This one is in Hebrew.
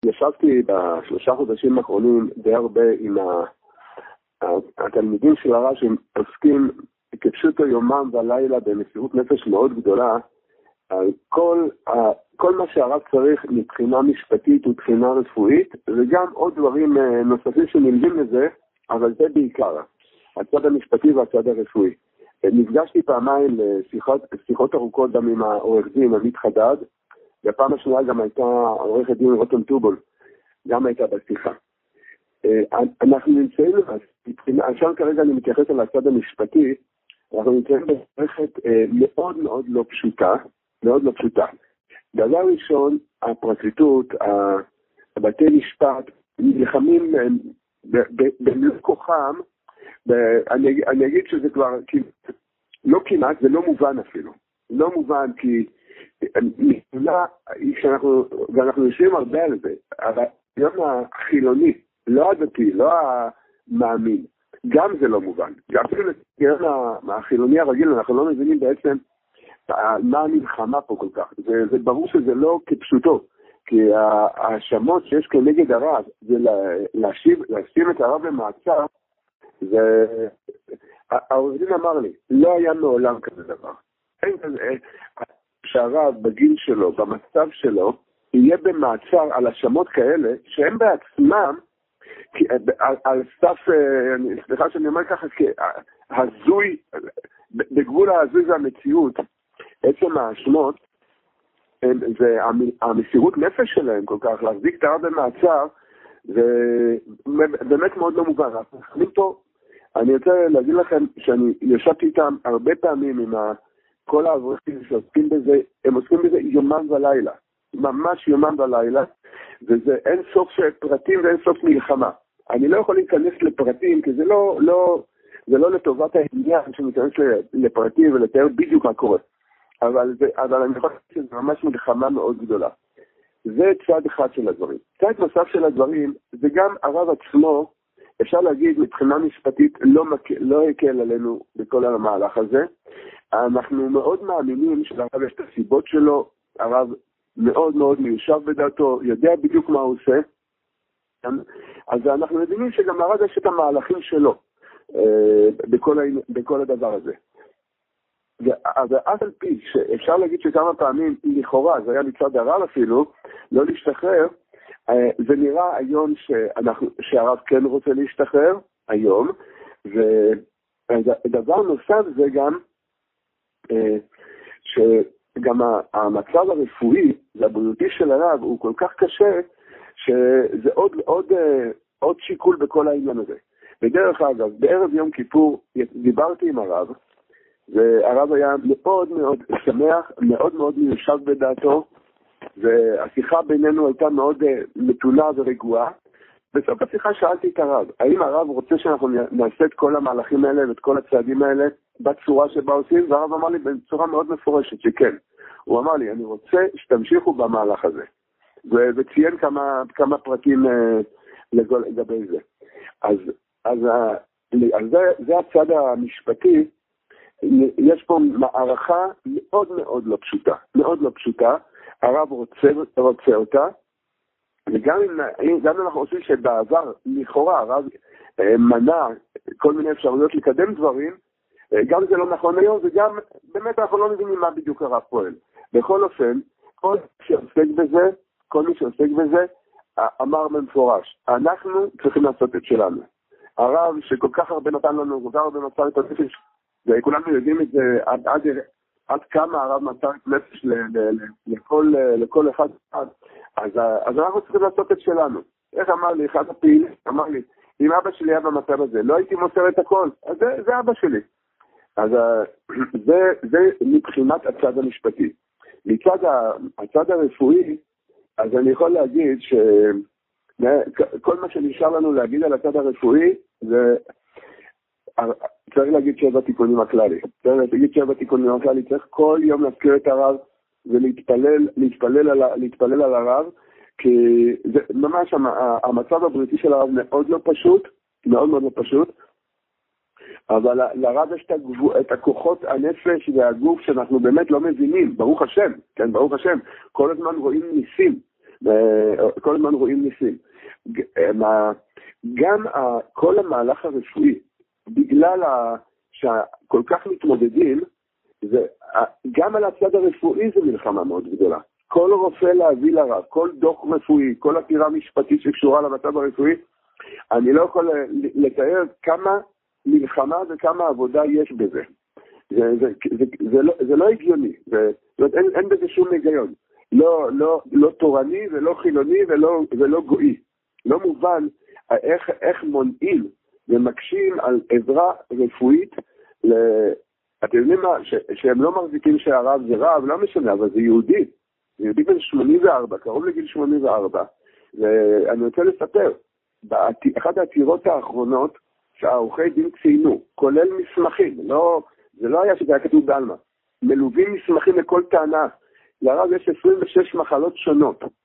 ישבתי בשלושה חודשים האחרונים די הרבה עם התלמידים של הרב שעוסקים כפשוטו יומם ולילה במסירות נפש מאוד גדולה על כל מה שהרב צריך מבחינה משפטית ובחינה רפואית, וגם עוד דברים נוספים שנלווים לזה, אבל זה בעיקר הצד המשפטי והצד הרפואי. נפגשתי פעמיים לשיחות ארוכות גם עם העורך דין עמית חדד, בפעם השנייה גם הייתה עורכת דין רותם טובול, גם הייתה בשיחה. אנחנו נמצאים, עכשיו כרגע אני מתייחס על הצד המשפטי, אנחנו נמצאים במערכת מאוד מאוד לא פשוטה, מאוד לא פשוטה. דבר ראשון, הפרקליטות, בתי משפט, נלחמים במלוא כוחם, אני אגיד שזה כבר, לא כמעט, זה לא מובן אפילו. לא מובן כי ואנחנו יושבים הרבה על זה, אבל גם החילוני, לא הדתי, לא המאמין, גם זה לא מובן. אפילו החילוני הרגיל, אנחנו לא מבינים בעצם מה המלחמה פה כל כך. זה ברור שזה לא כפשוטו, כי ההאשמות שיש כנגד הרב, זה להשים את הרב למעצר, העורך דין אמר לי, לא היה מעולם כזה דבר. אין כזה, שהרב בגיל שלו, במצב שלו, יהיה במעצר על האשמות כאלה, שהם בעצמם, על סף, סליחה שאני אומר ככה, הזוי, בגבול ההזוי והמציאות, עצם האשמות, והמסירות נפש שלהם כל כך, להחזיק את הרב במעצר, זה באמת מאוד לא מובן. אני רוצה להגיד לכם שאני ישבתי איתם הרבה פעמים עם כל האברכים שעוסקים בזה, הם עוסקים בזה יומם ולילה, ממש יומם ולילה, וזה אין סוף פרטים ואין סוף מלחמה. אני לא יכול להיכנס לפרטים, כי זה לא לטובת העניין שמתכנס לפרטים ולתאר בדיוק מה קורה. אבל אני יכול להגיד שזה ממש מלחמה מאוד גדולה. זה צד אחד של הדברים. צד נוסף של הדברים, זה גם הרב עצמו, אפשר להגיד מבחינה משפטית, לא הקל עלינו בכל המהלך הזה. אנחנו מאוד מאמינים שלרב יש את הסיבות שלו, הרב מאוד מאוד מיושב בדעתו, יודע בדיוק מה הוא עושה, אז אנחנו מבינים שגם לרב יש את המהלכים שלו בכל הדבר הזה. אז אף על פי שאפשר להגיד שכמה פעמים לכאורה, זה היה מצד הרב אפילו, לא להשתחרר, זה נראה היום שהרב כן רוצה להשתחרר, היום, ודבר נוסף זה גם, שגם המצב הרפואי והבריאותי של הרב הוא כל כך קשה, שזה עוד שיקול בכל העניין הזה. בדרך אגב, בערב יום כיפור דיברתי עם הרב, והרב היה מאוד מאוד שמח, מאוד מאוד מיושב בדעתו, והשיחה בינינו הייתה מאוד מתונה ורגועה. בסוף השיחה שאלתי את הרב, האם הרב רוצה שאנחנו נעשה את כל המהלכים האלה ואת כל הצעדים האלה בצורה שבה עושים? והרב אמר לי בצורה מאוד מפורשת שכן. הוא אמר לי, אני רוצה שתמשיכו במהלך הזה. וציין כמה פרטים לגבי זה. אז זה הצד המשפטי. יש פה מערכה מאוד מאוד לא פשוטה, מאוד לא פשוטה. הרב רוצה אותה, וגם אם אנחנו חושבים שבעבר, לכאורה, הרב מנע כל מיני אפשרויות לקדם דברים, גם זה לא נכון היום, וגם באמת אנחנו לא מבינים מה בדיוק הרב פועל. בכל אופן, כל מי שעוסק בזה, אמר במפורש, אנחנו צריכים לעשות את שלנו. הרב שכל כך הרבה נתן לנו, כל כך הרבה מצא את הנפש, וכולנו יודעים את זה עד כמה הרב מצא את נפש לכל אחד. אז אנחנו צריכים לעשות את שלנו. איך אמר לי, אחד הפעילים, אמר לי, אם אבא שלי היה במצב הזה, לא הייתי מוסר את הכל. אז זה אבא שלי. אז זה מבחינת הצד המשפטי. מצד הצד הרפואי, אז אני יכול להגיד שכל מה שנשאר לנו להגיד על הצד הרפואי, זה צריך להגיד 7 תיקונים הכללי. צריך כל יום להזכיר את הרב ולהתפלל על הרב, כי זה ממש המצב הבריאותי של הרב מאוד לא פשוט, מאוד מאוד לא פשוט, אבל לרב יש את הכוחות הנפש והגוף שאנחנו באמת לא מבינים, ברוך השם, כן, ברוך השם, כל הזמן רואים ניסים, כל הזמן רואים ניסים. גם כל המהלך הרפואי, בגלל שכל כך מתמודדים, גם על הצד הרפואי זה מלחמה מאוד גדולה. כל רופא להביא לרב, כל דוח רפואי, כל עתירה משפטית שקשורה למצב הרפואי, אני לא יכול לתאר כמה מלחמה וכמה עבודה יש בזה. זה לא הגיוני, אין בזה שום היגיון. לא תורני ולא חילוני ולא גוי. לא מובן איך מונעים ומקשים על עזרה רפואית, אתם יודעים מה, שהם לא מחזיקים שהרב זה רב, לא משנה, אבל זה יהודי. זה יהודי בן 84, קרוב לגיל 84. ואני רוצה לספר, באחת העתירות האחרונות שהעורכי דין ציינו, כולל מסמכים, זה לא היה שזה היה כתוב בעלמא, מלווים מסמכים לכל טענה. לרב יש 26 מחלות שונות.